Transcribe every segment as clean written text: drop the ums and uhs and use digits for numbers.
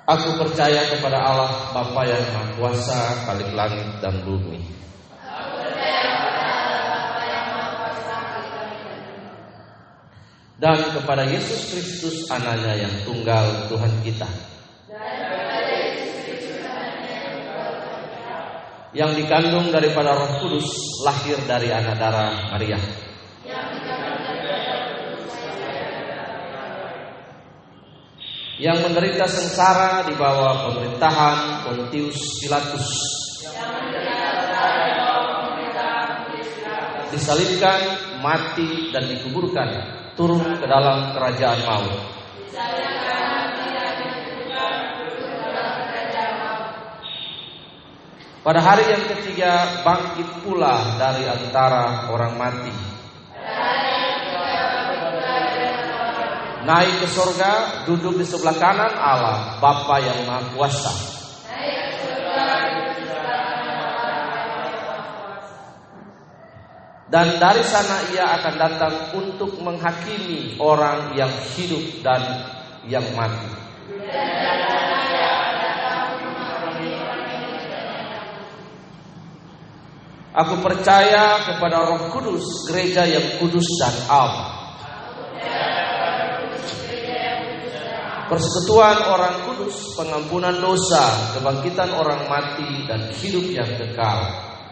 Aku percaya kepada Allah Bapa yang Maha Kuasa, Khalik langit dan bumi. Dan kepada Yesus Kristus Anaknya yang tunggal Tuhan kita, yang dikandung daripada Roh Kudus, lahir dari anak darah Maria, yang menderita sengsara di bawah pemerintahan Pontius Pilatus, disalibkan, mati dan dikuburkan, turun ke dalam kerajaan maut. Pada hari yang ketiga bangkit pula dari antara orang mati, naik ke sorga, duduk di sebelah kanan Allah Bapa yang Maha Kuasa. Dan dari sana ia akan datang untuk menghakimi orang yang hidup dan yang mati. Aku percaya kepada Roh Kudus, gereja yang kudus dan am, persekutuan orang kudus, pengampunan dosa, kebangkitan orang mati dan hidup yang kekal.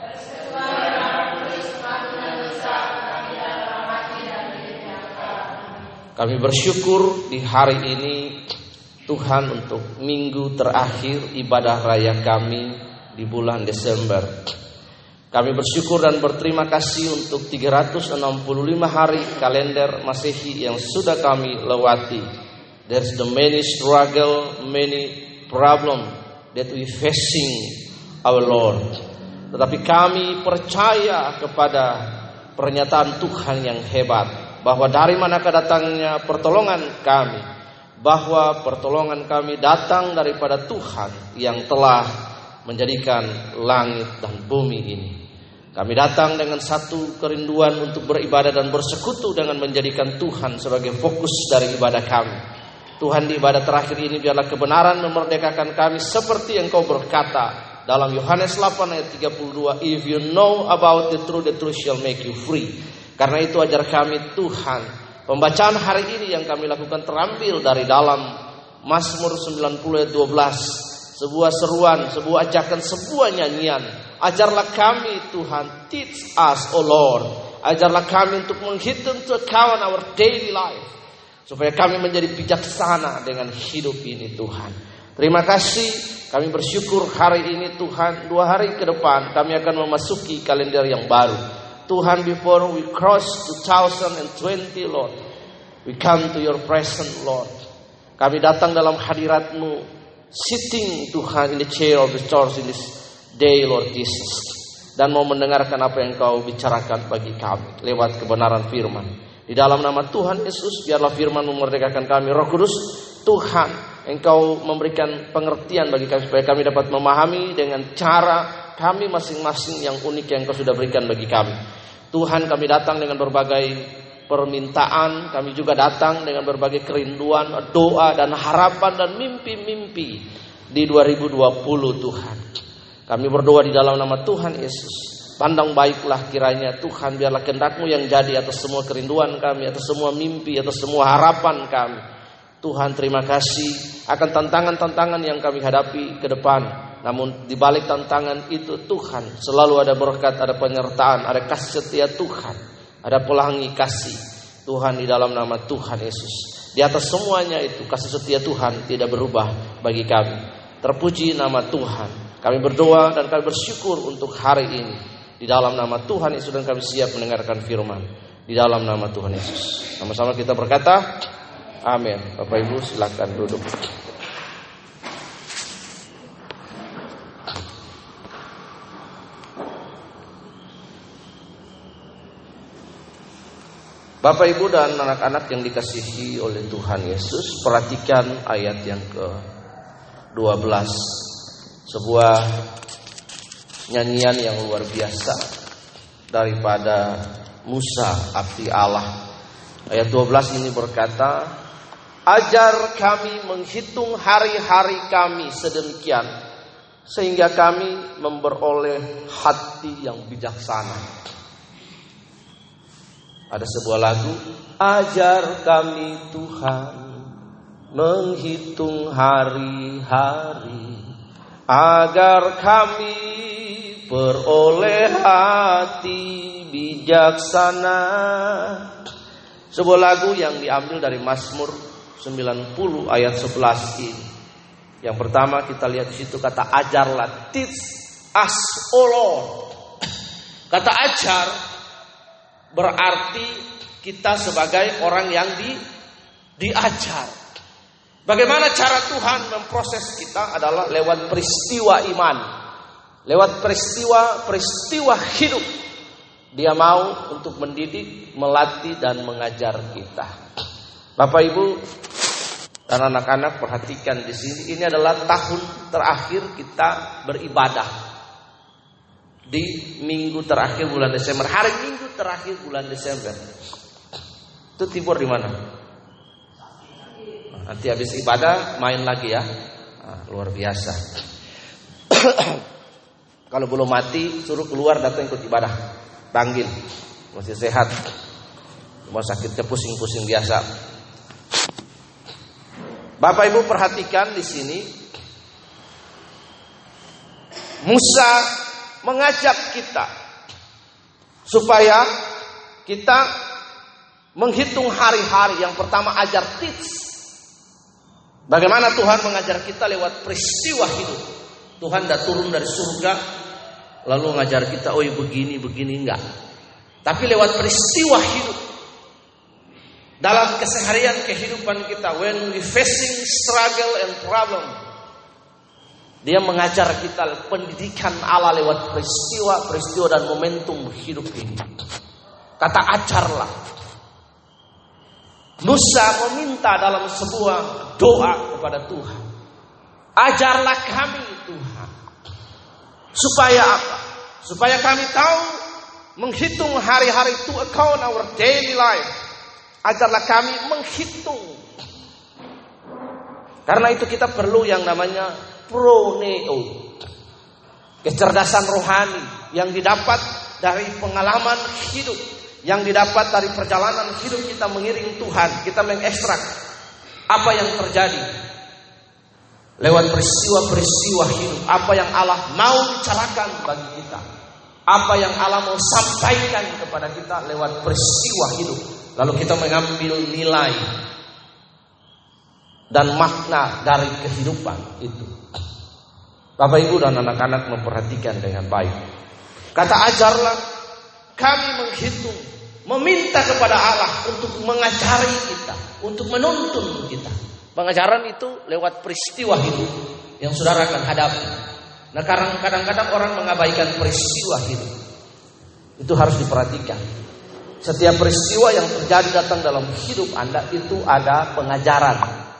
Kami bersyukur di hari ini Tuhan untuk minggu terakhir ibadah raya kami di bulan Desember. Kami bersyukur dan berterima kasih untuk 365 hari kalender Masehi yang sudah kami lewati. There's the many struggle, many problem that we facing our Lord. Tetapi kami percaya kepada pernyataan Tuhan yang hebat, bahwa dari manakah datangnya pertolongan kami, bahwa pertolongan kami datang daripada Tuhan yang telah menjadikan langit dan bumi ini. Kami datang dengan satu kerinduan untuk beribadah dan bersekutu dengan menjadikan Tuhan sebagai fokus dari ibadah kami. Tuhan, di ibadah terakhir ini biarlah kebenaran memerdekakan kami seperti yang Kau berkata dalam Yohanes 8 ayat 32, if you know about the truth shall make you free. Karena itu ajar kami Tuhan, pembacaan hari ini yang kami lakukan terambil dari dalam Mazmur 90 ayat 12, sebuah seruan, sebuah ajakan, sebuah nyanyian. Ajarlah kami Tuhan, teach us O Lord, ajarlah kami untuk menghitung to account our daily life, supaya kami menjadi bijaksana dengan hidup ini Tuhan. Terima kasih, kami bersyukur hari ini Tuhan, 2 hari ke depan kami akan memasuki kalender yang baru. Tuhan, before we cross 2020 Lord, we come to your presence Lord. Kami datang dalam hadirat-Mu, sitting Tuhan in the chair of the church in this day Lord Jesus, dan mau mendengarkan apa yang Kau bicarakan bagi kami lewat kebenaran firman. Di dalam nama Tuhan Yesus, biarlah firman memerdekakan kami. Roh Kudus Tuhan, Engkau memberikan pengertian bagi kami supaya kami dapat memahami dengan cara kami masing-masing yang unik yang Kau sudah berikan bagi kami. Tuhan, kami datang dengan berbagai permintaan, kami juga datang dengan berbagai kerinduan, doa dan harapan dan mimpi-mimpi di 2020 Tuhan. Kami berdoa di dalam nama Tuhan Yesus. Pandang baiklah kiranya Tuhan, biarlah kehendak-Mu yang jadi atas semua kerinduan kami, atas semua mimpi, atas semua harapan kami. Tuhan, terima kasih akan tantangan-tantangan yang kami hadapi ke depan. Namun di balik tantangan itu Tuhan, selalu ada berkat, ada penyertaan, ada kasih setia Tuhan, ada pelangi kasih Tuhan di dalam nama Tuhan Yesus. Di atas semuanya itu kasih setia Tuhan tidak berubah bagi kami. Terpuji nama Tuhan. Kami berdoa dan kami bersyukur untuk hari ini. Di dalam nama Tuhan Yesus, dan kami siap mendengarkan firman. Di dalam nama Tuhan Yesus. Sama-sama kita berkata, amin. Bapak Ibu silakan duduk. Bapak Ibu dan anak-anak yang dikasihi oleh Tuhan Yesus, perhatikan ayat yang ke-12. Sebuah nyanyian yang luar biasa daripada Musa, abdi Allah. Ayat 12 ini berkata, Ajar kami menghitung hari-hari kami sedemikian, sehingga kami memperoleh hati yang bijaksana. Ada sebuah lagu, ajar kami Tuhan menghitung hari-hari, agar kami beroleh hati bijaksana. Sebuah lagu yang diambil dari Mazmur 90 ayat 11 ini. Yang pertama kita lihat di situ kata ajarlah, teach us, O Lord. Kata ajar berarti kita sebagai orang yang diajar. Bagaimana cara Tuhan memproses kita adalah lewat peristiwa iman, lewat peristiwa hidup. Dia mau untuk mendidik, melatih dan mengajar kita. Bapak Ibu dan anak-anak, perhatikan di sini, ini adalah tahun terakhir kita beribadah. Di minggu terakhir bulan Desember, hari Minggu terakhir bulan Desember. Itu Tibor di mana? Nanti habis ibadah main lagi ya. Luar biasa. Kalau belum mati suruh keluar datang ikut ibadah. Panggil. Masih sehat. Cuma sakitnya pusing-pusing biasa. Bapak Ibu perhatikan di sini. Musa mengajak kita supaya kita menghitung hari-hari. Yang pertama ajar teach. Bagaimana Tuhan mengajar kita lewat peristiwa hidup. Tuhan dah turun dari surga lalu mengajar kita, oh begini enggak. Tapi lewat peristiwa hidup. Dalam keseharian kehidupan kita, when we facing struggle and problem, Dia mengajar kita pendidikan Allah lewat peristiwa dan momentum hidup ini. Kata ajarlah. Musa meminta dalam sebuah doa kepada Tuhan. Ajarlah kami Tuhan. Supaya apa? Supaya kami tahu menghitung hari-hari to account our daily life. Ajarlah kami menghitung. Karena itu kita perlu yang namanya proneo, kecerdasan rohani yang didapat dari pengalaman hidup, yang didapat dari perjalanan hidup kita mengiring Tuhan. Kita mengekstrak apa yang terjadi lewat peristiwa-peristiwa hidup, apa yang Allah mau bicarakan bagi kita, apa yang Allah mau sampaikan kepada kita lewat peristiwa hidup. Lalu kita mengambil nilai dan makna dari kehidupan itu. Bapak Ibu dan anak-anak memperhatikan dengan baik. Kata ajarlah kami menghitung, meminta kepada Allah untuk mengajari kita, untuk menuntun kita. Pengajaran itu lewat peristiwa hidup yang saudara akan hadapi. Nah, kadang-kadang orang mengabaikan peristiwa hidup. Itu harus diperhatikan. Setiap peristiwa yang terjadi datang dalam hidup Anda itu ada pengajaran.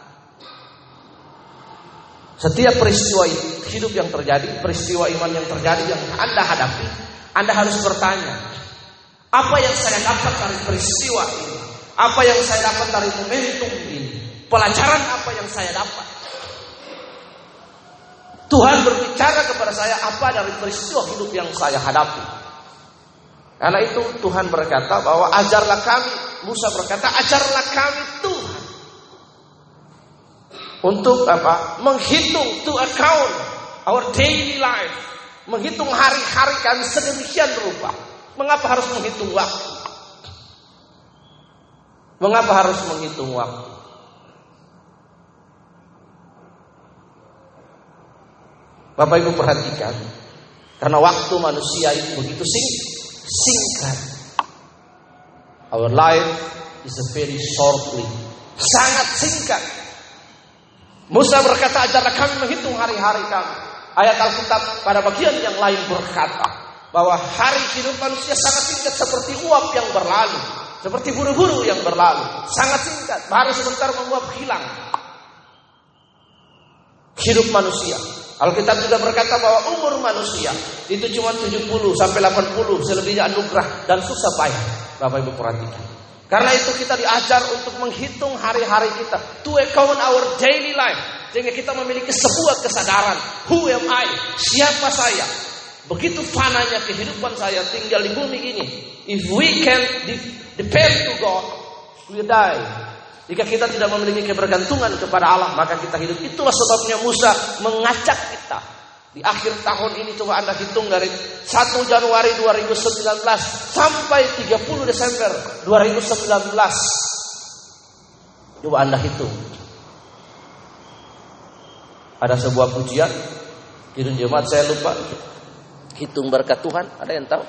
Setiap peristiwa hidup yang terjadi, peristiwa iman yang terjadi yang Anda hadapi, Anda harus bertanya, apa yang saya dapat dari peristiwa ini? Apa yang saya dapat dari momentum ini? Pelajaran apa yang saya dapat? Tuhan berbicara kepada saya apa dari peristiwa hidup yang saya hadapi? Karena itu Tuhan berkata bahwa ajarlah kami, Musa berkata ajarlah kami Tuhan. Untuk apa? Menghitung, to account our daily life. Menghitung hari-hari kami sedemikian rupa. Mengapa harus menghitung waktu? Mengapa harus menghitung waktu? Bapak Ibu perhatikan. Karena waktu manusia itu begitu singkat. Our life is a very shortly. Sangat singkat. Musa berkata ajarlah kami menghitung hari-hari kami. Ayat Alkitab pada bagian yang lain berkata bahwa hari hidup manusia sangat singkat seperti uap yang berlalu, seperti buru-buru yang berlalu. Sangat singkat, baru sebentar menguap hilang. Hidup manusia. Alkitab juga berkata bahwa umur manusia itu cuma 70 sampai 80, selebihnya anugerah dan susah payah. Bapak Ibu perhatikan. Karena itu kita diajar untuk menghitung hari-hari kita, to account our daily life, sehingga kita memiliki sebuah kesadaran, who am I? Siapa saya? Begitu fananya kehidupan saya tinggal di bumi ini. If we can depend to God, we die. Jika kita tidak memiliki kebergantungan kepada Allah, maka kita hidup. Itulah sebabnya Musa mengajak kita. Di akhir tahun ini coba Anda hitung dari 1 Januari 2019 sampai 30 Desember 2019. Coba Anda hitung. Ada sebuah pujian Kidung Jemaat, saya lupa. Hitung berkat Tuhan, ada yang tahu?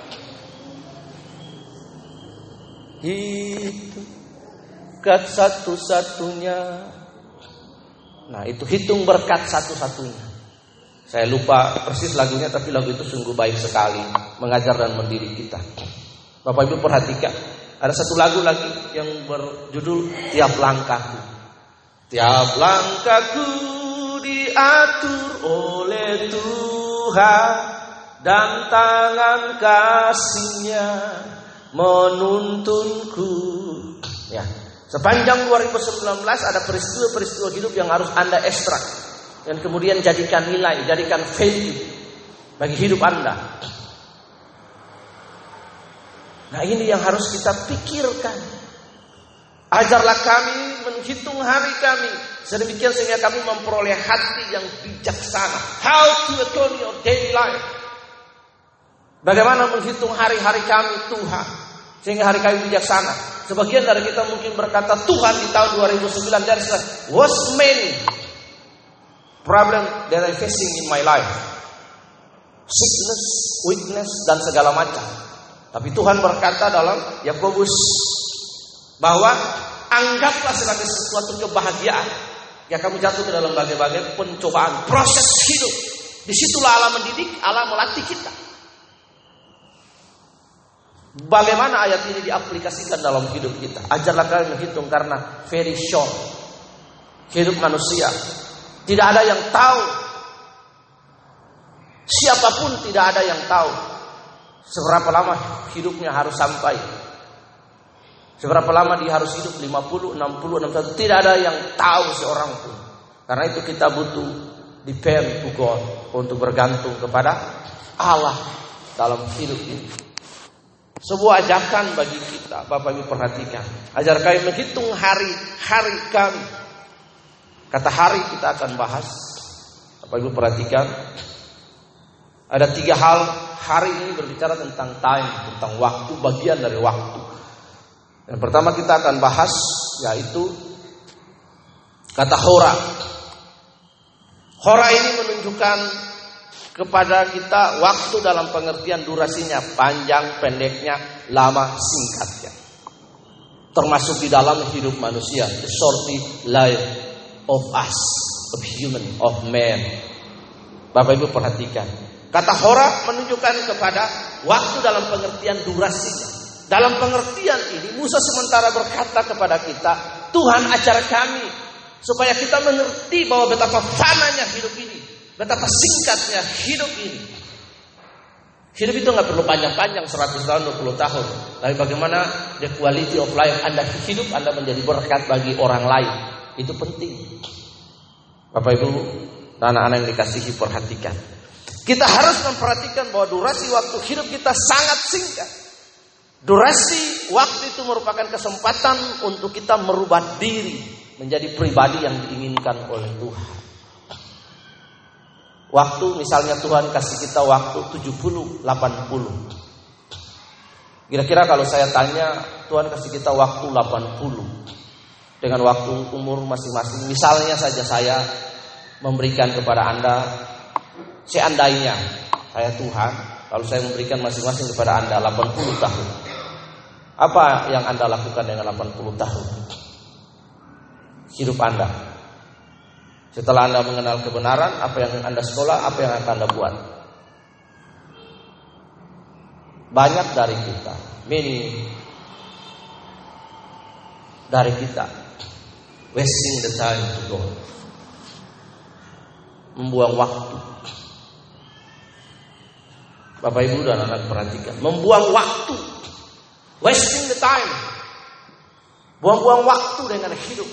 Hitung berkat satu-satunya. Nah, itu hitung berkat satu-satunya. Saya lupa persis lagunya, tapi lagu itu sungguh baik sekali, mengajar dan mendidik kita. Bapak Ibu perhatikan, ada satu lagu lagi yang berjudul Tiap Langkahku. Tiap langkahku diatur oleh Tuhan, dan tangan kasih-Nya menuntunku. Ya, sepanjang 2019 ada peristiwa-peristiwa hidup yang harus Anda ekstrak dan kemudian jadikan nilai, jadikan value bagi hidup Anda. Nah, ini yang harus kita pikirkan. Ajarlah kami menghitung hari kami sedemikian sehingga kami memperoleh hati yang bijaksana. How to account your daily life. Bagaimana menghitung hari-hari kami Tuhan sehingga hari kami bijaksana. Sebagian dari kita mungkin berkata, Tuhan, di tahun 2009 was many problem that I facing in my life, sickness, weakness, dan segala macam. Tapi Tuhan berkata dalam Yakobus bahwa anggaplah sebagai sesuatu kebahagiaan ya kamu jatuh ke dalam berbagai pencobaan, proses hidup. Disitulah Allah mendidik, Allah melatih kita. Bagaimana ayat ini diaplikasikan dalam hidup kita? Ajarlah kalian menghitung karena very short. Hidup manusia tidak ada yang tahu. Siapapun tidak ada yang tahu seberapa lama hidupnya harus sampai. Seberapa lama dia harus hidup, 50, 60, 61. Tidak ada yang tahu seorang pun. Karena itu kita butuh depend to God, untuk bergantung kepada Allah dalam hidup ini. Sebuah ajakan bagi kita, Bapak Ibu perhatikan. Ajar kami menghitung hari-hari kami. Kata hari kita akan bahas. Bapak Ibu perhatikan. Ada 3 hal. Hari ini berbicara tentang time, tentang waktu, bagian dari waktu. Yang pertama kita akan bahas yaitu kata hora. Hora ini menunjukkan kepada kita waktu dalam pengertian durasinya, panjang, pendeknya, lama, singkatnya. Termasuk di dalam hidup manusia, the shorty life of us, of human, of man. Bapak Ibu perhatikan. Kata hora menunjukkan kepada waktu dalam pengertian durasinya. Dalam pengertian ini Musa sementara berkata kepada kita, Tuhan ajar kami supaya kita mengerti bahwa betapa fananya hidup ini, betapa singkatnya hidup ini. Hidup itu gak perlu panjang-panjang 100 tahun, 20 tahun. Tapi bagaimana the quality of life Anda hidup, Anda menjadi berkat bagi orang lain. Itu penting. Bapak Ibu dan anak-anak yang dikasihi perhatikan. Kita harus memperhatikan bahwa durasi waktu hidup kita sangat singkat. Durasi waktu itu merupakan kesempatan untuk kita merubah diri menjadi pribadi yang diinginkan oleh Tuhan. Waktu misalnya Tuhan kasih kita waktu 70, 80. Kira-kira kalau saya tanya Tuhan kasih kita waktu 80 dengan waktu umur masing-masing. Misalnya saja saya memberikan kepada Anda, seandainya saya Tuhan, kalau saya memberikan masing-masing kepada Anda 80 tahun. Apa yang Anda lakukan dengan 80 tahun hidup Anda? Setelah Anda mengenal kebenaran, apa yang Anda sekolah, apa yang akan Anda buat? Banyak dari kita, many dari kita wasting the time to go, membuang waktu. Bapak Ibu dan anak perhatikan, membuang waktu, wasting the time. buang-buang waktu dengan hidup.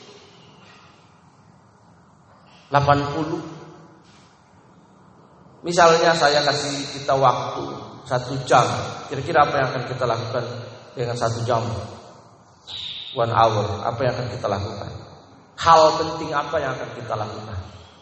80. Misalnya saya kasih kita waktu 1 jam. Kira-kira apa yang akan kita lakukan dengan 1 jam? 1 hour. Apa yang akan kita lakukan? Hal penting apa yang akan kita lakukan?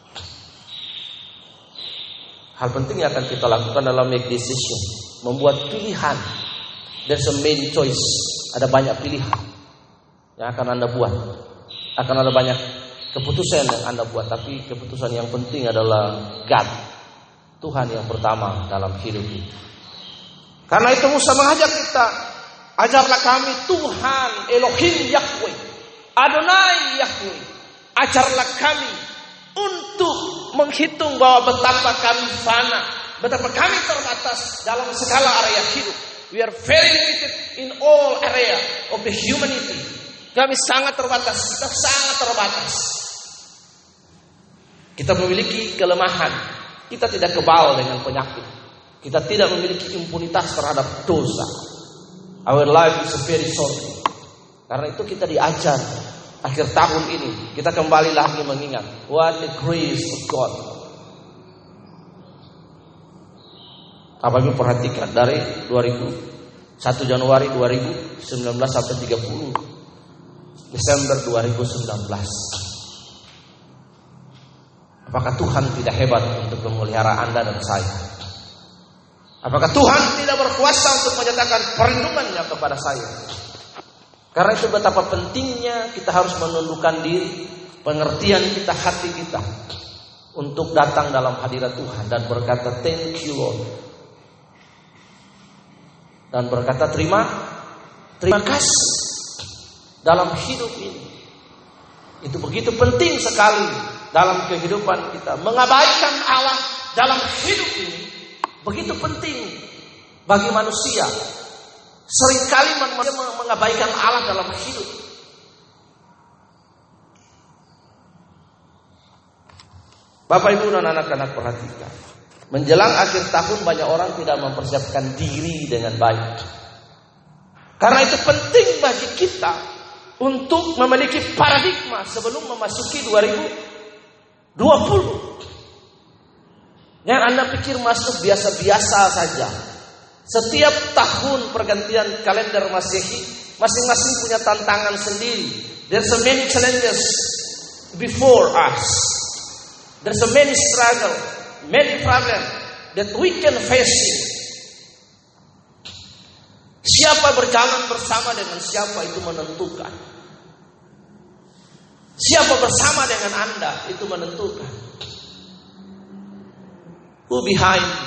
Hal penting yang akan kita lakukan adalah make decision. Membuat pilihan. There's a main choice. Ada banyak pilihan yang akan Anda buat. Akan ada banyak keputusan yang Anda buat. Tapi keputusan yang penting adalah God, Tuhan yang pertama dalam hidup ini. Karena itu Musa mengajak kita, ajarlah kami Tuhan Elohim Yahweh, Adonai Yahweh. Ajarlah kami untuk menghitung bahwa betapa kami fana, betapa kami terbatas dalam segala area hidup. We are very limited in all area of the humanity. Kami sangat terbatas, kita sangat terbatas. Kita memiliki kelemahan. Kita tidak kebal dengan penyakit. Kita tidak memiliki impunitas terhadap dosa. Our life is very short. Karena itu kita diajar akhir tahun ini kita kembali lagi mengingat what the grace of God. Apabila perhatikan dari 1 Januari 2019 sampai 30 Desember 2019. Apakah Tuhan tidak hebat untuk memelihara Anda dan saya? Apakah Tuhan tidak berkuasa untuk menyatakan perlindungannya kepada saya? Karena itu betapa pentingnya kita harus menundukkan diri, pengertian kita, hati kita untuk datang dalam hadirat Tuhan dan berkata thank you Lord. Dan berkata terima kasih dalam hidup ini. Itu begitu penting sekali dalam kehidupan kita. Mengabaikan Allah dalam hidup ini begitu penting bagi manusia. Seringkali manusia mengabaikan Allah dalam hidup. Bapak Ibu dan anak-anak perhatikan. Menjelang akhir tahun banyak orang tidak mempersiapkan diri dengan baik. Karena itu penting bagi kita untuk memiliki paradigma sebelum memasuki 2020. Yang Anda pikir masuk biasa-biasa saja. Setiap tahun pergantian kalender Masehi, masing-masing punya tantangan sendiri. There's so many challenges before us. There's so many struggle, many problems that we can face. Siapa berjalan bersama dengan siapa itu menentukan. Siapa bersama dengan Anda itu menentukan. Who behind you?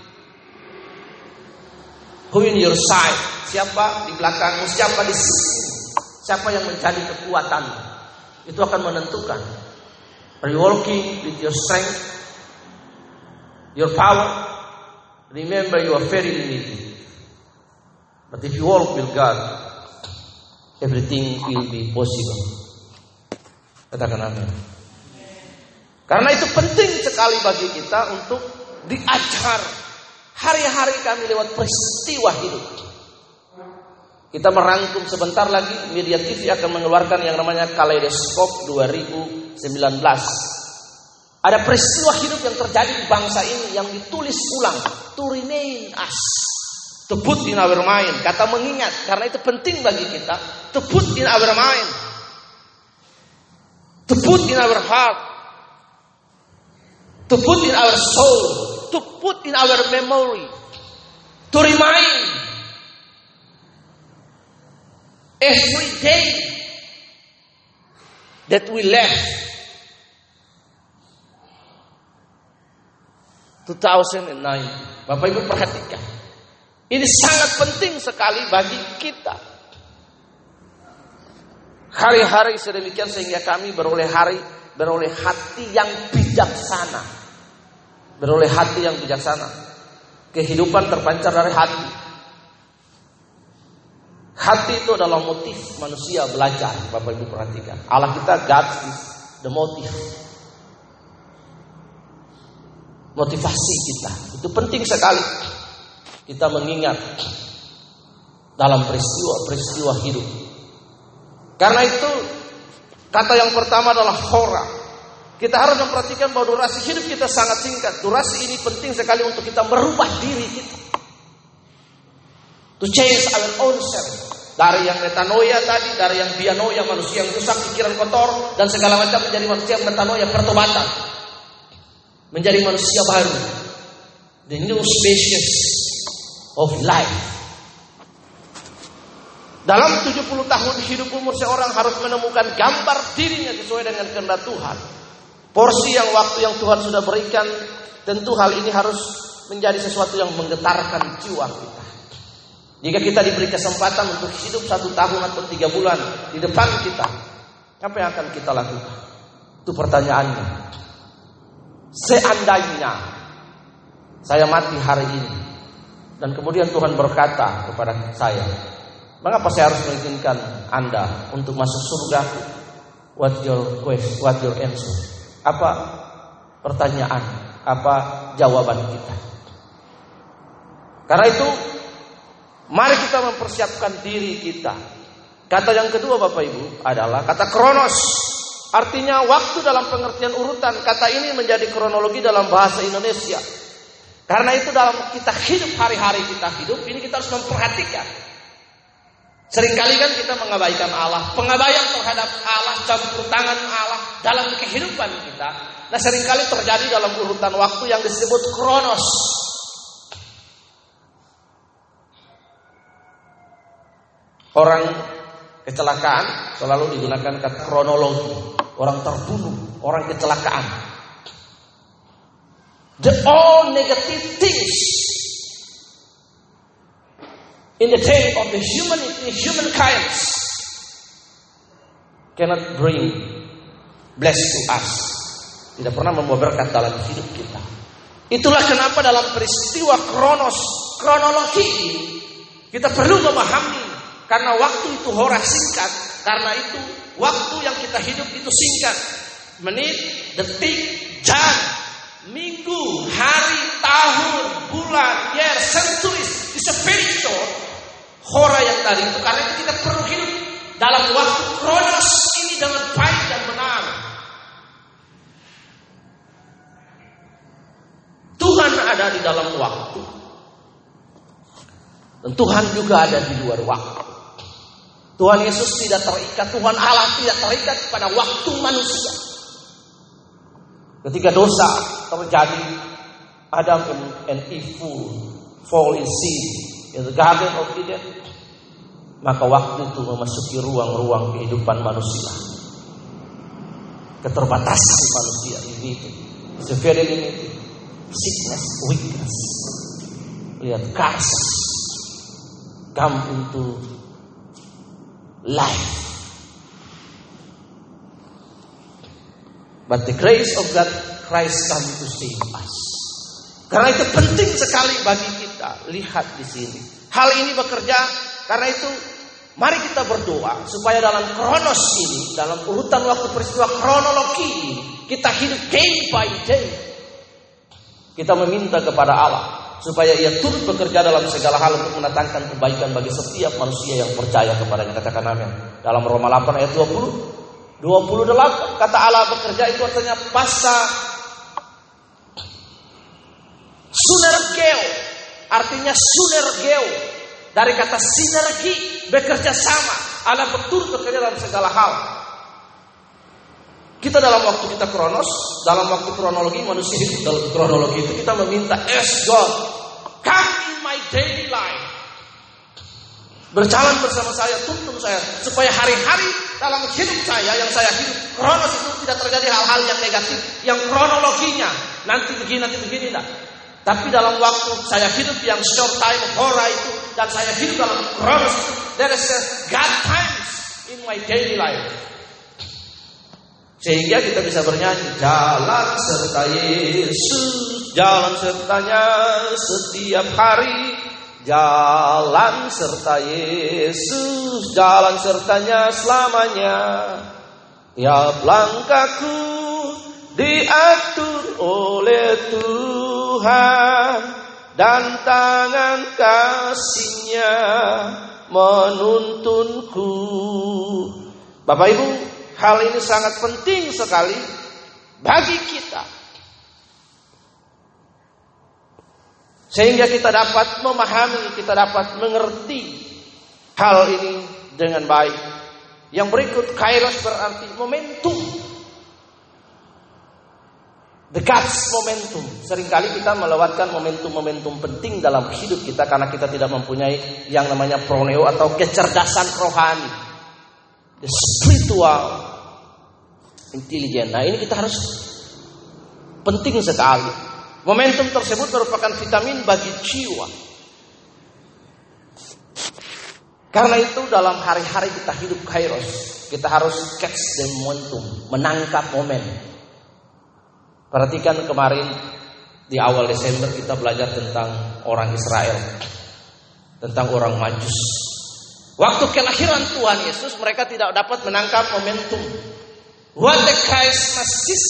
Who in your side? Siapa di belakangmu? Siapa di sini? Siapa yang menjadi kekuatan? Itu akan menentukan. Are you walking with your strength, your power? Remember, you are very limited. But if you walk with God, everything will be possible. Katakan amin. Karena itu penting sekali bagi kita untuk diajar. Hari-hari kami lewat peristiwa hidup. Kita merangkum sebentar lagi, Media TV akan mengeluarkan yang namanya Kaleidoskop 2019. Ada peristiwa hidup yang terjadi di bangsa ini yang ditulis ulang. To remain us. To put in our mind. Kata mengingat. Karena itu penting bagi kita. To put in our mind. To put in our heart. To put in our soul. To put in our memory. To remind. Every day that we left 2009. Bapak Ibu perhatikan. Ini sangat penting sekali bagi kita. Hari-hari sedemikian sehingga kami beroleh hati yang bijaksana. Beroleh hati yang bijaksana. Kehidupan terpancar dari hati. Hati itu adalah motif manusia belajar. Bapak Ibu perhatikan. Allah kita, God is the motive. Motivasi kita. Itu penting sekali. Kita mengingat dalam peristiwa-peristiwa hidup. Karena itu kata yang pertama adalah hora. Kita harus memperhatikan bahwa durasi hidup kita sangat singkat. Durasi ini penting sekali untuk kita merubah diri kita. To change our own self. Dari yang metanoia tadi, dari yang bianoia, manusia yang rusak, pikiran kotor, dan segala macam, menjadi manusia yang metanoia, pertobatan. Menjadi manusia baru. The new species of life. Dalam 70 tahun hidup umur seorang harus menemukan gambar dirinya sesuai dengan kehendak Tuhan. Porsi yang waktu yang Tuhan sudah berikan, tentu hal ini harus menjadi sesuatu yang menggetarkan jiwa kita. Jika kita diberi kesempatan untuk hidup 1 tahun atau 3 bulan di depan kita, apa yang akan kita lakukan? Itu pertanyaannya. Seandainya saya mati hari ini, dan kemudian Tuhan berkata kepada saya, mengapa saya harus mengizinkan Anda untuk masuk surga? What your question? What your answer? Apa pertanyaan? Apa jawaban kita? Karena itu, mari kita mempersiapkan diri kita. Kata yang kedua Bapak Ibu adalah kata kronos. Artinya waktu dalam pengertian urutan. Kata ini menjadi kronologi dalam bahasa Indonesia. Karena itu dalam kita hidup hari-hari kita hidup, ini kita harus memperhatikan. Seringkali kan kita mengabaikan Allah. Pengabaian terhadap Allah, campur tangan Allah dalam kehidupan kita. Nah, seringkali terjadi dalam urutan waktu yang disebut kronos. Orang kecelakaan selalu digunakan kata kronologi. Orang terbunuh, orang kecelakaan. The all negative things in the day of the humankind cannot bring bless to us. Tidak pernah membawa berkat dalam hidup kita. Itulah kenapa dalam peristiwa kronologi ini kita perlu memahami. Karena waktu itu hora singkat. Karena itu waktu yang kita hidup itu singkat. Menit, detik, jam, minggu, hari, tahun, bulan, year, centuries. It's a very short. Hora yang tadi itu. Karena itu kita perlu hidup dalam waktu kronos ini dengan baik dan benar. Tuhan ada di dalam waktu. Dan Tuhan juga ada di luar waktu. Tuhan Yesus tidak terikat, Tuhan Allah tidak terikat pada waktu manusia. Ketika dosa terjadi, Adam and Eve fall in sin in the Garden of Eden, maka waktu itu memasuki ruang-ruang kehidupan manusia. Keterbatasan manusia ini, it's a very limited. Sickness, weakness, lihat curse, come into life. But the grace of God, Christ come to save us. Karena itu penting sekali bagi kita lihat di sini. Hal ini bekerja, karena itu mari kita berdoa supaya dalam kronos ini, dalam urutan waktu peristiwa kronologi ini, kita hidup day by day. Kita meminta kepada Allah supaya Ia turut bekerja dalam segala hal untuk mendatangkan kebaikan bagi setiap manusia yang percaya kepadanya. Katakan amin. Dalam Roma 8 ayat 28 kata Allah bekerja itu artinya pasa sunergeo, artinya sunergeo dari kata sinergi, bekerja sama. Allah turut bekerja dalam segala hal. Kita dalam waktu kita kronos, dalam waktu kronologi manusia hidup dalam kronologi itu kita meminta, ask God, come in my daily life. Berjalan bersama saya, tuntun saya, supaya hari-hari dalam hidup saya yang saya hidup kronos itu tidak terjadi hal-hal yang negatif, yang kronologinya nanti begini enggak. Tapi dalam waktu saya hidup yang short time hora itu dan saya hidup dalam kronos itu, there is a God times in my daily life. Sehingga kita bisa bernyanyi, jalan serta Yesus, jalan sertanya setiap hari. Jalan serta Yesus, jalan sertanya selamanya. Tiap langkahku diatur oleh Tuhan, dan tangan kasih-Nya menuntunku. Bapak Ibu, hal ini sangat penting sekali bagi kita, sehingga kita dapat memahami, kita dapat mengerti hal ini dengan baik. Yang berikut, kairos berarti momentum. The God's momentum. Seringkali kita melewatkan momentum-momentum penting dalam hidup kita karena kita tidak mempunyai yang namanya proneo atau kecerdasan rohani, the spiritual intelligence. Nah, ini kita harus penting sekali. Momentum tersebut merupakan vitamin bagi jiwa. Karena itu dalam hari-hari kita hidup kairos, kita harus catch the momentum, menangkap momen. Perhatikan kemarin di awal Desember kita belajar tentang orang Israel, tentang orang Majus. Waktu kelahiran Tuhan Yesus, mereka tidak dapat menangkap momentum. When the Christmas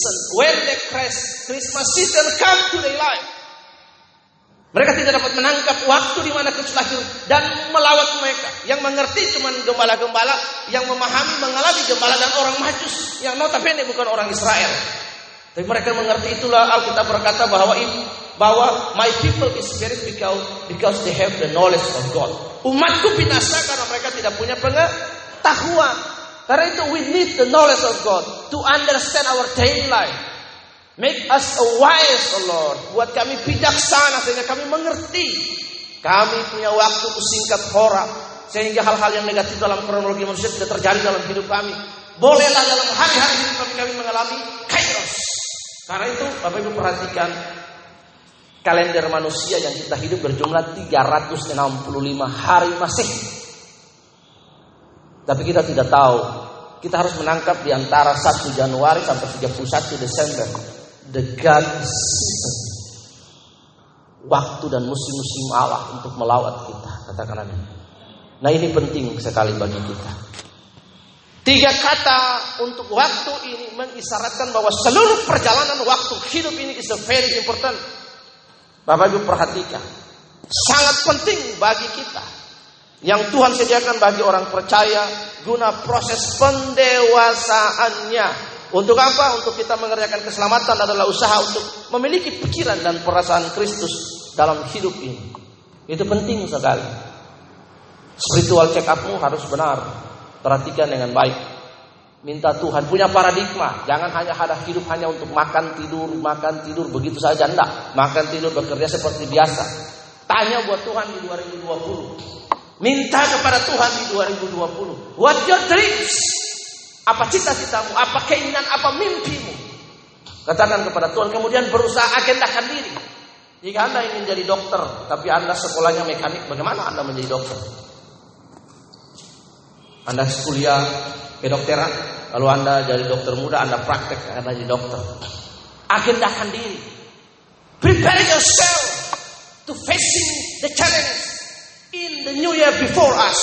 season come to their life, mereka tidak dapat menangkap waktu di mana Kristus lahir dan melawat mereka. Yang mengerti cuma gembala-gembala, yang memahami mengalami gembala dan orang Majus yang notabene bukan orang Israel. Tapi mereka mengerti, itulah Alkitab berkata bahwa my people is perished because they have the knowledge of God. Umatku binasa karena mereka tidak punya pengetahuan. Karena itu we need the knowledge of God to understand our daily life. Make us wise, oh Lord. Buat kami bijaksana sehingga kami mengerti. Kami punya waktu singkat hora sehingga hal-hal yang negatif dalam kronologi manusia tidak terjadi dalam hidup kami. Bolehlah dalam hari-hari hidup kami mengalami kairos. Karena itu Bapak Ibu perhatikan kalender manusia yang kita hidup berjumlah 365 hari Masehi. Tapi kita tidak tahu. Kita harus menangkap di antara 1 Januari sampai 31 Desember. The God season. Waktu dan musim-musim Allah untuk melawat kita. Katakan amin. Nah, ini penting sekali bagi kita. 3 kata untuk waktu ini mengisyaratkan bahwa seluruh perjalanan waktu hidup ini is very important. Bapak Ibu perhatikan. Sangat penting bagi kita. Yang Tuhan sediakan bagi orang percaya guna proses pendewasaannya. Untuk apa? Untuk kita mengerjakan keselamatan adalah usaha untuk memiliki pikiran dan perasaan Kristus dalam hidup ini. Itu penting sekali. Spiritual check up-mu harus benar. Perhatikan dengan baik. Minta Tuhan punya paradigma. Jangan hanya ada hidup hanya untuk makan tidur begitu saja. Enggak. Makan tidur bekerja seperti biasa. Tanya buat Tuhan di 2020. Minta kepada Tuhan di 2020. What your dreams? Apa cita-citamu? Apa keinginan? Apa mimpimu? Katakan kepada Tuhan. Kemudian berusaha agendakan diri. Jika Anda ingin jadi dokter, tapi Anda sekolahnya mekanik, bagaimana Anda menjadi dokter? Anda kuliah kedokteran, lalu Anda jadi dokter muda, Anda praktek, Anda jadi dokter. Agendakan diri. Prepare yourself to facing the challenge in the new year before us.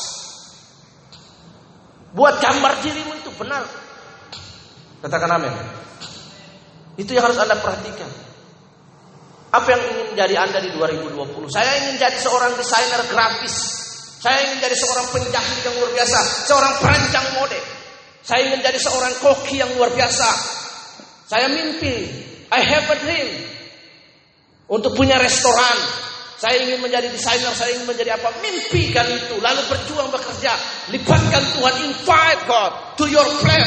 Buat gambar dirimu itu benar. Katakan amin. Itu yang harus Anda perhatikan. Apa yang ingin jadi Anda di 2020? Saya ingin jadi seorang desainer grafis. Saya ingin jadi seorang penjahit yang luar biasa. Seorang perancang mode. Saya ingin jadi seorang koki yang luar biasa. Saya mimpi. I have a dream. Untuk punya restoran. Saya ingin menjadi desainer, saya ingin menjadi apa? Mimpikan itu, lalu berjuang bekerja. Libatkan Tuhan, invite God to your plan.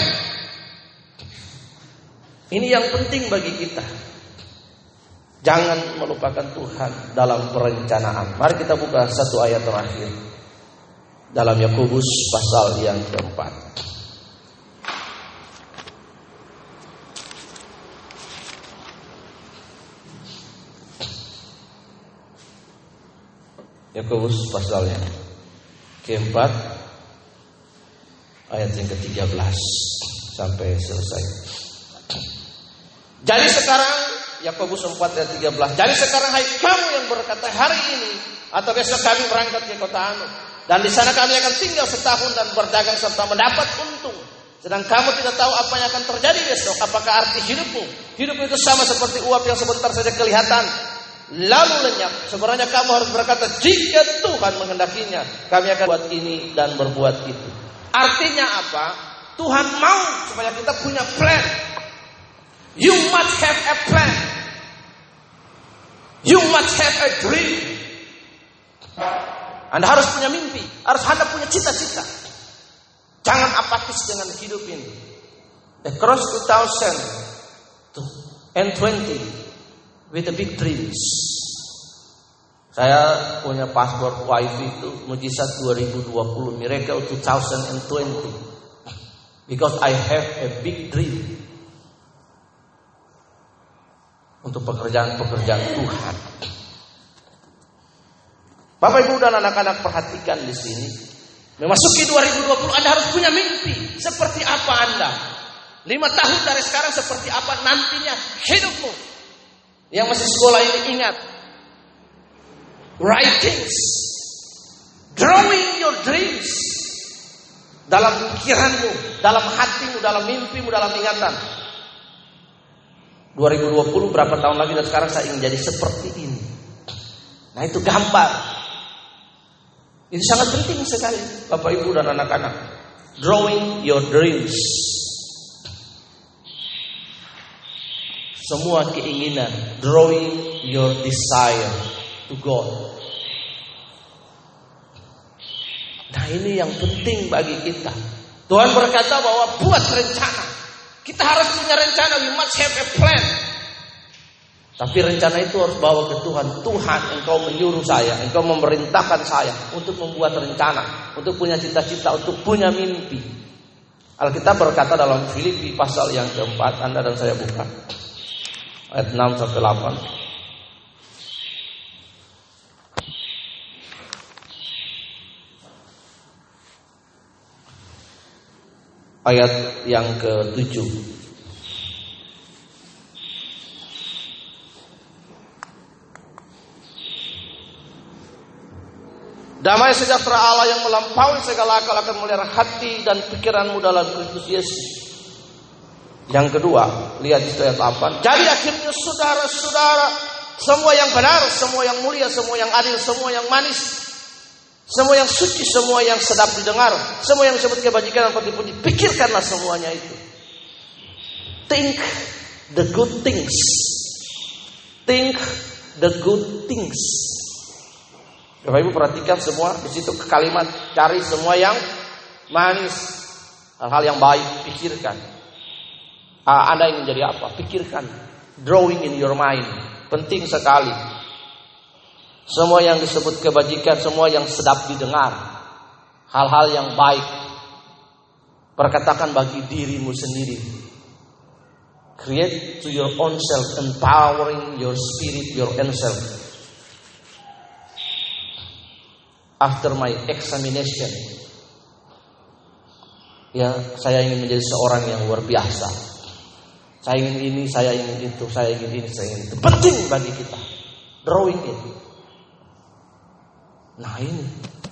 Ini yang penting bagi kita. Jangan melupakan Tuhan dalam perencanaan. Mari kita buka satu ayat terakhir dalam Yakobus pasal yang keempat. Yakobus pasalnya keempat ayat yang ke-13 sampai selesai. Jadi sekarang Yakobus 4 ayat 13. Jadi sekarang hai kamu yang berkata hari ini atau besok kami berangkat ke kota Anu dan di sana kami akan tinggal setahun dan berdagang serta mendapat untung. Sedang kamu tidak tahu apa yang akan terjadi besok. Apakah arti hidupmu? Hidupmu itu sama seperti uap yang sebentar saja kelihatan lalu lenyap. Sebenarnya kamu harus berkata, jika Tuhan menghendakinya, kami akan buat ini dan berbuat itu. Artinya apa? Tuhan mau supaya kita punya plan. You must have a plan. You must have a dream. Anda harus punya mimpi, harus Anda punya cita-cita. Jangan apatis dengan hidup ini. Across 2020 with the big dreams. Saya punya paspor wifi itu mujizat 2020, miracle 2020. Because I have a big dream. Untuk pekerjaan-pekerjaan Tuhan. Bapak Ibu dan anak-anak perhatikan di sini. Memasuki 2020 Anda harus punya mimpi. Seperti apa Anda? 5 tahun dari sekarang seperti apa nantinya hidupmu? Yang masih sekolah ini ingat. Writings. Drawing your dreams. Dalam pikiranmu, dalam hatimu, dalam mimpimu, dalam ingatan. 2020 berapa tahun lagi dan sekarang saya ingin jadi seperti ini. Nah itu gambar. Itu sangat penting sekali Bapak Ibu dan anak-anak. Drawing your dreams. Semua keinginan. Drawing your desire to God. Nah ini yang penting bagi kita. Tuhan berkata bahwa buat rencana. Kita harus punya rencana, we must have a plan. Tapi rencana itu harus bawa ke Tuhan. Tuhan, Engkau menyuruh saya, Engkau memerintahkan saya untuk membuat rencana, untuk punya cita-cita, untuk punya mimpi. Alkitab berkata dalam Filipi pasal yang keempat, Anda dan saya buka. Ayat 6-8. Ayat yang ke-7. Damai sejahtera Allah yang melampaui segala akal akan memelihara hati dan pikiranmu dalam Kristus Yesus. Yang kedua, lihat di ayat 8. Jadi akhirnya saudara-saudara, semua yang benar, semua yang mulia, semua yang adil, semua yang manis, semua yang suci, semua yang sedap didengar, semua yang disebut kebajikan dan puji-puji, pikirkanlah semuanya itu. Think the good things. Think the good things. Bapak Ibu perhatikan semua di situ kalimat cari semua yang manis, hal-hal yang baik, pikirkan. Anda ingin jadi apa? Pikirkan. Drawing in your mind. Penting sekali. Semua yang disebut kebajikan, semua yang sedap didengar, hal-hal yang baik, perkatakan bagi dirimu sendiri. Create to your own self, empowering your spirit, your own self. After my examination, ya, saya ingin menjadi seorang yang luar biasa. Saya ingin ini, saya ingin itu, saya ingin ini, saya ingin itu. Penting bagi kita. Drawing it. Nah ini.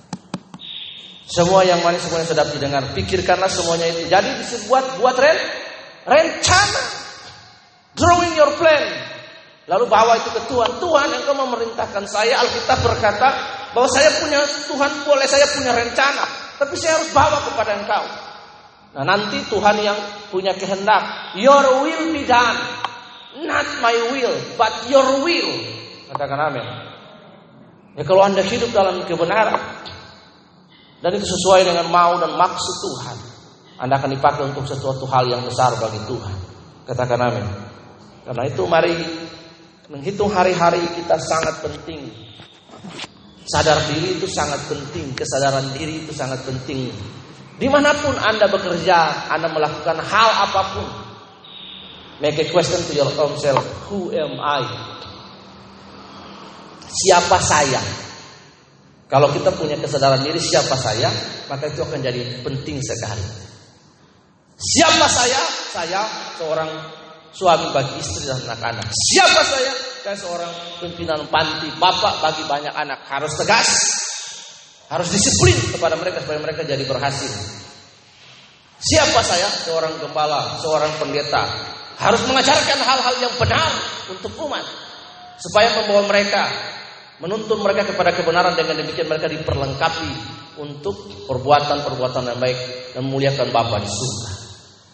Semua yang manis, semua yang sedap didengar. Pikirkanlah semuanya itu. Jadi buat rencana. Drawing your plan. Lalu bawa itu ke Tuhan. Tuhan, Engkau memerintahkan saya. Alkitab berkata bahwa saya punya, Tuhan boleh saya punya rencana. Tapi saya harus bawa kepada Engkau. Nah nanti Tuhan yang punya kehendak. Your will be done. Not my will, but your will. Katakan amin. Ya kalau Anda hidup dalam kebenaran dan itu sesuai dengan mau dan maksud Tuhan, Anda akan dipakai untuk sesuatu hal yang besar bagi Tuhan. Katakan amin. Karena itu mari menghitung hari-hari kita sangat penting. Sadar diri itu sangat penting. Kesadaran diri itu sangat penting. Dimanapun Anda bekerja, Anda melakukan hal apapun, make a question to your own self. Who am I? Siapa saya? Kalau kita punya kesadaran diri siapa saya, maka itu akan jadi penting sekali. Siapa saya? Saya seorang suami bagi istri dan anak-anak. Siapa saya? Saya seorang pimpinan panti, bapak bagi banyak anak. Harus tegas, harus disiplin kepada mereka supaya mereka jadi berhasil. Siapa saya? Seorang gembala, seorang pendeta. Harus mengajarkan hal-hal yang benar untuk umat, supaya membawa mereka, menuntun mereka kepada kebenaran. Dengan demikian mereka diperlengkapi untuk perbuatan-perbuatan yang baik dan memuliakan Bapa di surga.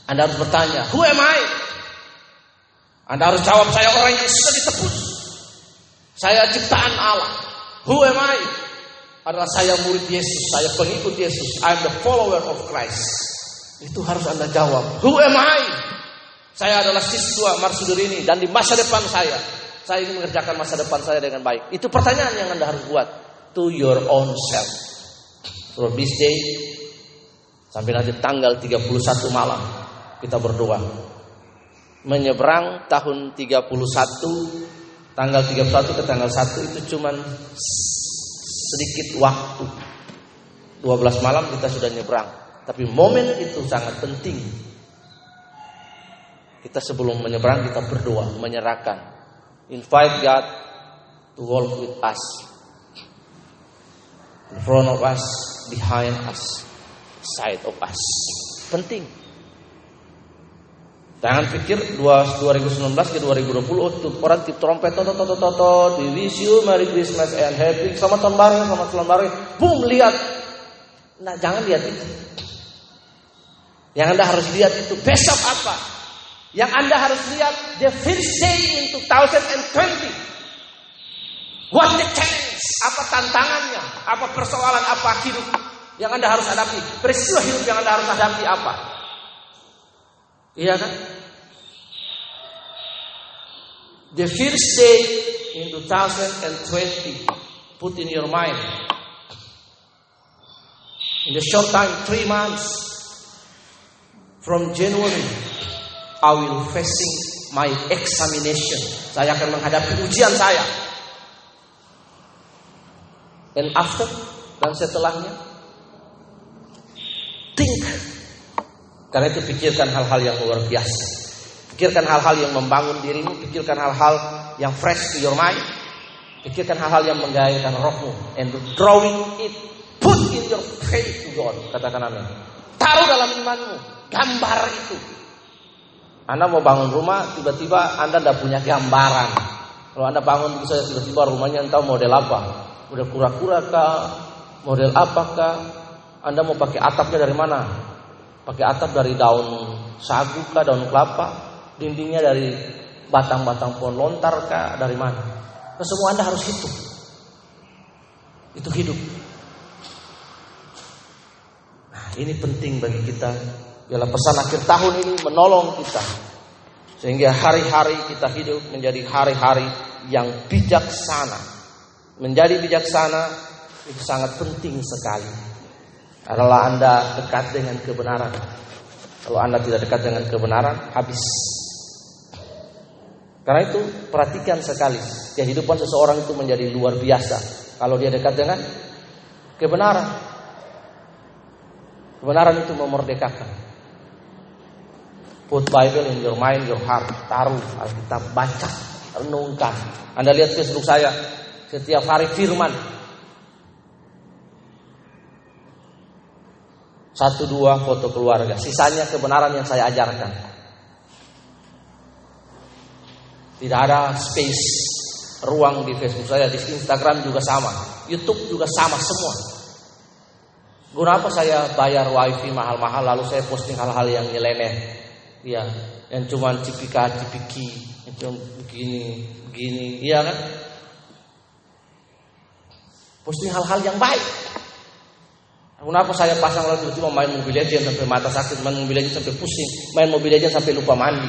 Anda harus bertanya, who am I? Anda harus jawab, saya orang yang sudah ditebus. Saya ciptaan Allah. Who am I? Adalah saya murid Yesus, saya pengikut Yesus. I'm the follower of Christ. Itu harus Anda jawab. Who am I? Saya adalah siswa Marsudul ini, dan di masa depan saya ingin mengerjakan masa depan saya dengan baik. Itu pertanyaan yang Anda harus buat to your own self. From this day sampai nanti tanggal 31 malam kita berdoa. Menyeberang tahun 31, tanggal 31 ke tanggal 1 itu cuman sedikit waktu. 12 malam kita sudah nyebrang. Tapi momen itu sangat penting. Kita sebelum menyeberang kita berdoa, menyerahkan. Invite God to walk with us. In front of us, behind us, side of us. Penting. Jangan pikir 2019 ke 2020 tuh orang tip trompet tot, we wish you Merry Christmas and Happy selamat tahun baru, boom, lihat. Nah, jangan lihat itu. Yang Anda harus lihat itu besok apa? Yang Anda harus lihat the first day in 2020. What the challenge? Apa tantangannya? Apa persoalan? Apa hidup yang Anda harus hadapi? Peristiwa hidup yang Anda harus hadapi apa? Iya kan? The first day in 2020, put in your mind. In the short time, 3 months from January, I will facing my examination. Saya akan menghadapi ujian saya. And after, dan setelahnya, think. Karena itu pikirkan hal-hal yang luar biasa. Pikirkan hal-hal yang membangun dirimu. Pikirkan hal-hal yang fresh to your mind. Pikirkan hal-hal yang menggairahkan rohmu. And drawing it, put in your faith to God. Katakan amin. Taruh dalam imanmu gambar itu. Anda mau bangun rumah, tiba-tiba Anda tidak punya gambaran. Kalau Anda bangun bisa tiba-tiba rumahnya entah model apa. Model kura-kura kah? Model apakah? Anda mau pakai atapnya dari mana? Pakai atap dari daun sagu kah, daun kelapa? Dindingnya dari batang-batang pohon lontar kah, dari mana? Nah, semua Anda harus hitung. Itu hidup. Nah, ini penting bagi kita. Biarlah pesan akhir tahun ini menolong kita. Sehingga hari-hari kita hidup menjadi hari-hari yang bijaksana. Menjadi bijaksana itu sangat penting sekali. Adalah Anda dekat dengan kebenaran. Kalau Anda tidak dekat dengan kebenaran, habis. Karena itu perhatikan sekali, kehidupan seseorang itu menjadi luar biasa kalau dia dekat dengan kebenaran. Kebenaran itu memerdekakan. Put Bible in your mind, your heart. Taruh Alkitab, baca, renungkan. Anda lihat Facebook saya, setiap hari firman. 1-2 foto keluarga. Sisanya kebenaran yang saya ajarkan. Tidak ada space, ruang di Facebook saya. Di Instagram juga sama. YouTube juga sama semua. Guna apa saya bayar wifi mahal-mahal lalu saya posting hal-hal yang nyeleneh? Ya, yang cuma cipika-cipiki, yang cuma begini, iya kan? Posting hal-hal yang baik. Kenapa saya pasang lalu tiba-tiba main Mobile Legends sampai mata sakit, main Mobile Legends sampai pusing, main Mobile Legends sampai lupa mandi,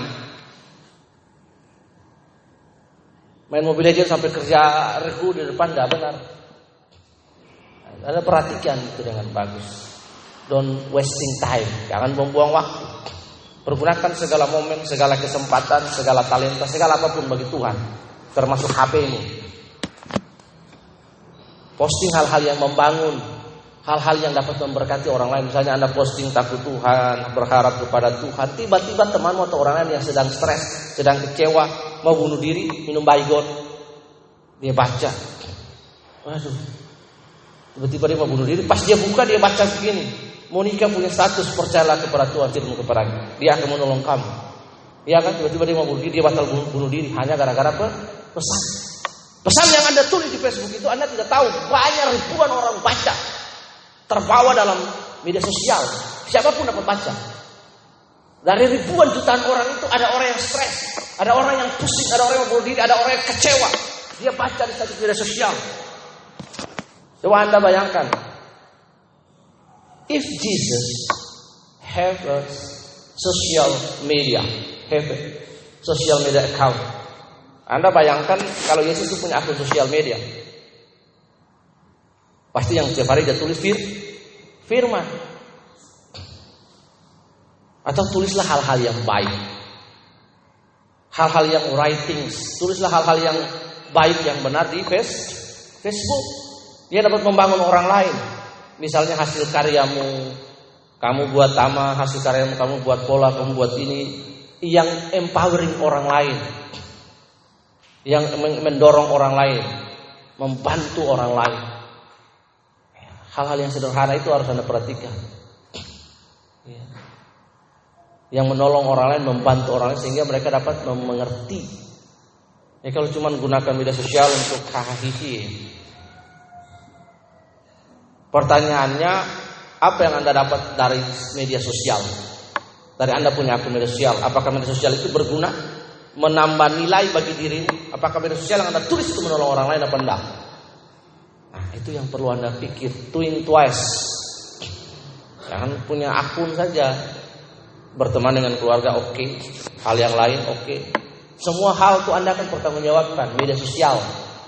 main Mobile Legends sampai kerja regu di depan, tidak benar. Anda perhatikan itu dengan bagus. Don't wasting time, jangan membuang waktu. Pergunakan segala momen, segala kesempatan, segala talenta, segala apapun bagi Tuhan, termasuk HP-mu. Posting hal-hal yang membangun, hal-hal yang dapat memberkati orang lain. Misalnya Anda posting takut Tuhan, berharap kepada Tuhan. Tiba-tiba temanmu atau orang lain yang sedang stres, sedang kecewa, mau bunuh diri, minum baygon. Dia baca. Waduh. Tiba-tiba dia mau bunuh diri. Pas dia buka dia baca begini. Monica punya status, percayalah kepada Tuhan, tidak kepada dia akan menolong kamu. Iya kan? Tiba-tiba dia mau bunuh diri, dia batal bunuh diri hanya gara-gara pesan. Pesan yang Anda tulis di Facebook itu Anda tidak tahu banyak ribuan orang baca. Terbawa dalam media sosial. Siapapun dapat baca. Dari ribuan jutaan orang itu ada orang yang stres, ada orang yang pusing, ada orang yang bunuh diri, ada orang yang kecewa. Dia baca di status media sosial. Coba Anda bayangkan, if Jesus have a social media account, Anda bayangkan kalau Yesus itu punya akun sosial media, pasti yang setiap hari dia tulis firman. Atau tulislah hal-hal yang baik, hal-hal yang writings, tulislah hal-hal yang baik yang benar di Facebook. Dia dapat membangun orang lain. Misalnya hasil karyamu, kamu buat taman, hasil karyamu kamu buat bola, kamu buat ini, yang empowering orang lain, yang mendorong orang lain, membantu orang lain. Hal-hal yang sederhana itu harus Anda perhatikan. Yang menolong orang lain, membantu orang lain sehingga mereka dapat mengerti. Ya kalau cuma gunakan media sosial untuk hahaha. Pertanyaannya, apa yang Anda dapat dari media sosial? Dari Anda punya akun media sosial, apakah media sosial itu berguna? Menambah nilai bagi diri? Apakah media sosial yang Anda tulis itu menolong orang lain apa enggak? Nah, itu yang perlu Anda pikir, think twice. Jangan punya akun saja. Berteman dengan keluarga oke. Hal yang lain oke. Semua hal itu Anda akan pertanggungjawabkan. Media sosial.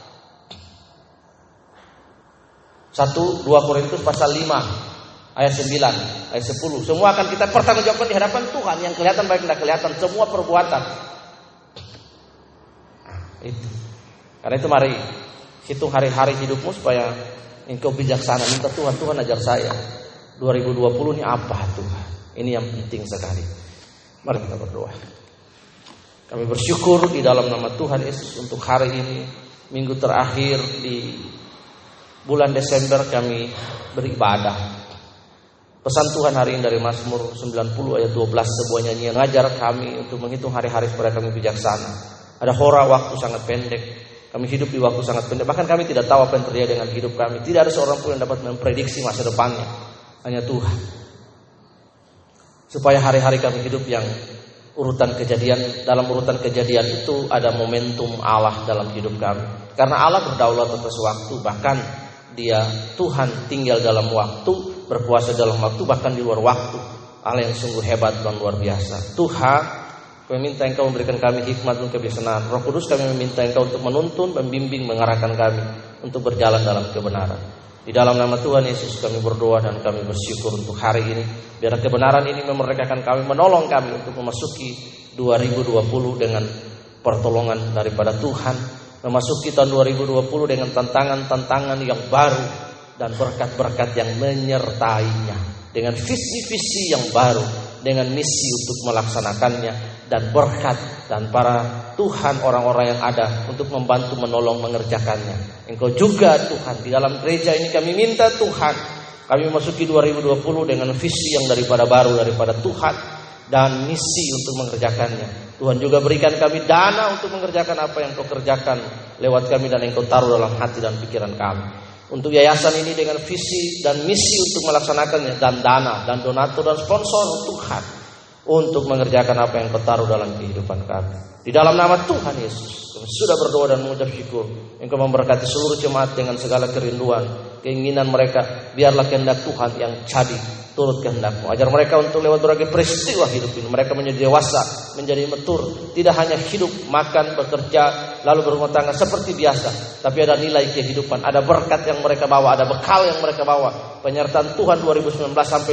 1-2 Korintus pasal 5 ayat 9 ayat 10. Semua akan kita pertanggungjawabkan di hadapan Tuhan. Yang kelihatan baik tidak kelihatan, semua perbuatan. Itu. Karena itu mari hitung hari-hari hidupmu supaya engkau bijaksana. Minta Tuhan ajar saya 2020 ini apa Tuhan. Ini yang penting sekali. Mari kita berdoa. Kami bersyukur di dalam nama Tuhan Yesus untuk hari ini, minggu terakhir di bulan Desember kami beribadah. Pesan Tuhan hari ini dari Mazmur 90 ayat 12, sebuah nyanyian mengajar kami untuk menghitung hari-hari supaya kami bijaksana. Ada hora waktu sangat pendek. Kami hidup di waktu sangat pendek. Bahkan kami tidak tahu apa yang terjadi dengan hidup kami. Tidak ada seorang pun yang dapat memprediksi masa depannya. Hanya Tuhan. Supaya hari-hari kami hidup yang urutan kejadian, dalam urutan kejadian itu ada momentum Allah dalam hidup kami. Karena Allah berdaulat atas waktu, bahkan Dia Tuhan tinggal dalam waktu, berkuasa dalam waktu, bahkan di luar waktu. Allah yang sungguh hebat dan luar biasa. Tuhan, kami minta Engkau memberikan kami hikmat dan kebijaksanaan. Roh Kudus, kami meminta Engkau untuk menuntun, membimbing, mengarahkan kami untuk berjalan dalam kebenaran. Di dalam nama Tuhan Yesus kami berdoa dan kami bersyukur untuk hari ini. Biar kebenaran ini memerdekakan kami, menolong kami untuk memasuki 2020 dengan pertolongan daripada Tuhan. Memasuki tahun 2020 dengan tantangan-tantangan yang baru dan berkat-berkat yang menyertainya. Dengan visi-visi yang baru, dengan misi untuk melaksanakannya. Dan berkat dan para Tuhan orang-orang yang ada untuk membantu menolong mengerjakannya. Engkau juga Tuhan di dalam gereja ini kami minta Tuhan, kami memasuki 2020 dengan visi yang daripada baru daripada Tuhan dan misi untuk mengerjakannya. Tuhan juga berikan kami dana untuk mengerjakan apa yang Kau kerjakan lewat kami dan Engkau taruh dalam hati dan pikiran kami. Untuk yayasan ini dengan visi dan misi untuk melaksanakannya, dan dana dan donatur dan sponsor Tuhan untuk mengerjakan apa yang Kau taruh dalam kehidupan kami. Di dalam nama Tuhan Yesus kami sudah berdoa dan mengucap syukur. Engkau memberkati seluruh jemaat dengan segala kerinduan, keinginan mereka. Biarlah kehendak Tuhan yang jadi turut kehendak-Mu. Ajar mereka untuk lewat berbagai peristiwa hidup ini mereka menjadi dewasa, menjadi matur. Tidak hanya hidup, makan, bekerja, lalu berumah tangga seperti biasa, tapi ada nilai kehidupan, ada berkat yang mereka bawa, ada bekal yang mereka bawa. Penyertaan Tuhan 2019 sampai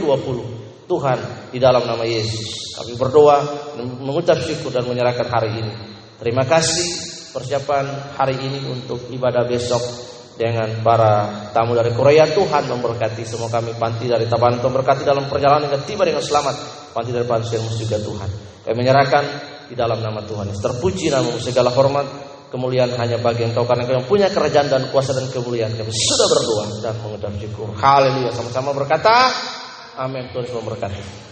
2020. Tuhan, di dalam nama Yesus kami berdoa, mengucap syukur dan menyerahkan hari ini. Terima kasih persiapan hari ini untuk ibadah besok dengan para tamu dari Korea. Tuhan memberkati semua kami, Panti dari Tabanan memberkati dalam perjalanan hingga tiba dengan selamat. Panti dari Pansiamus juga Tuhan. Kami menyerahkan di dalam nama Tuhan. Terpuji nama-Mu, segala hormat, kemuliaan hanya bagi Engkau karena Engkau yang punya kerajaan dan kuasa dan kemuliaan. Kami sudah berdoa dan mengucap syukur. Haleluya, sama-sama berkata amin. Tuhan memberkati.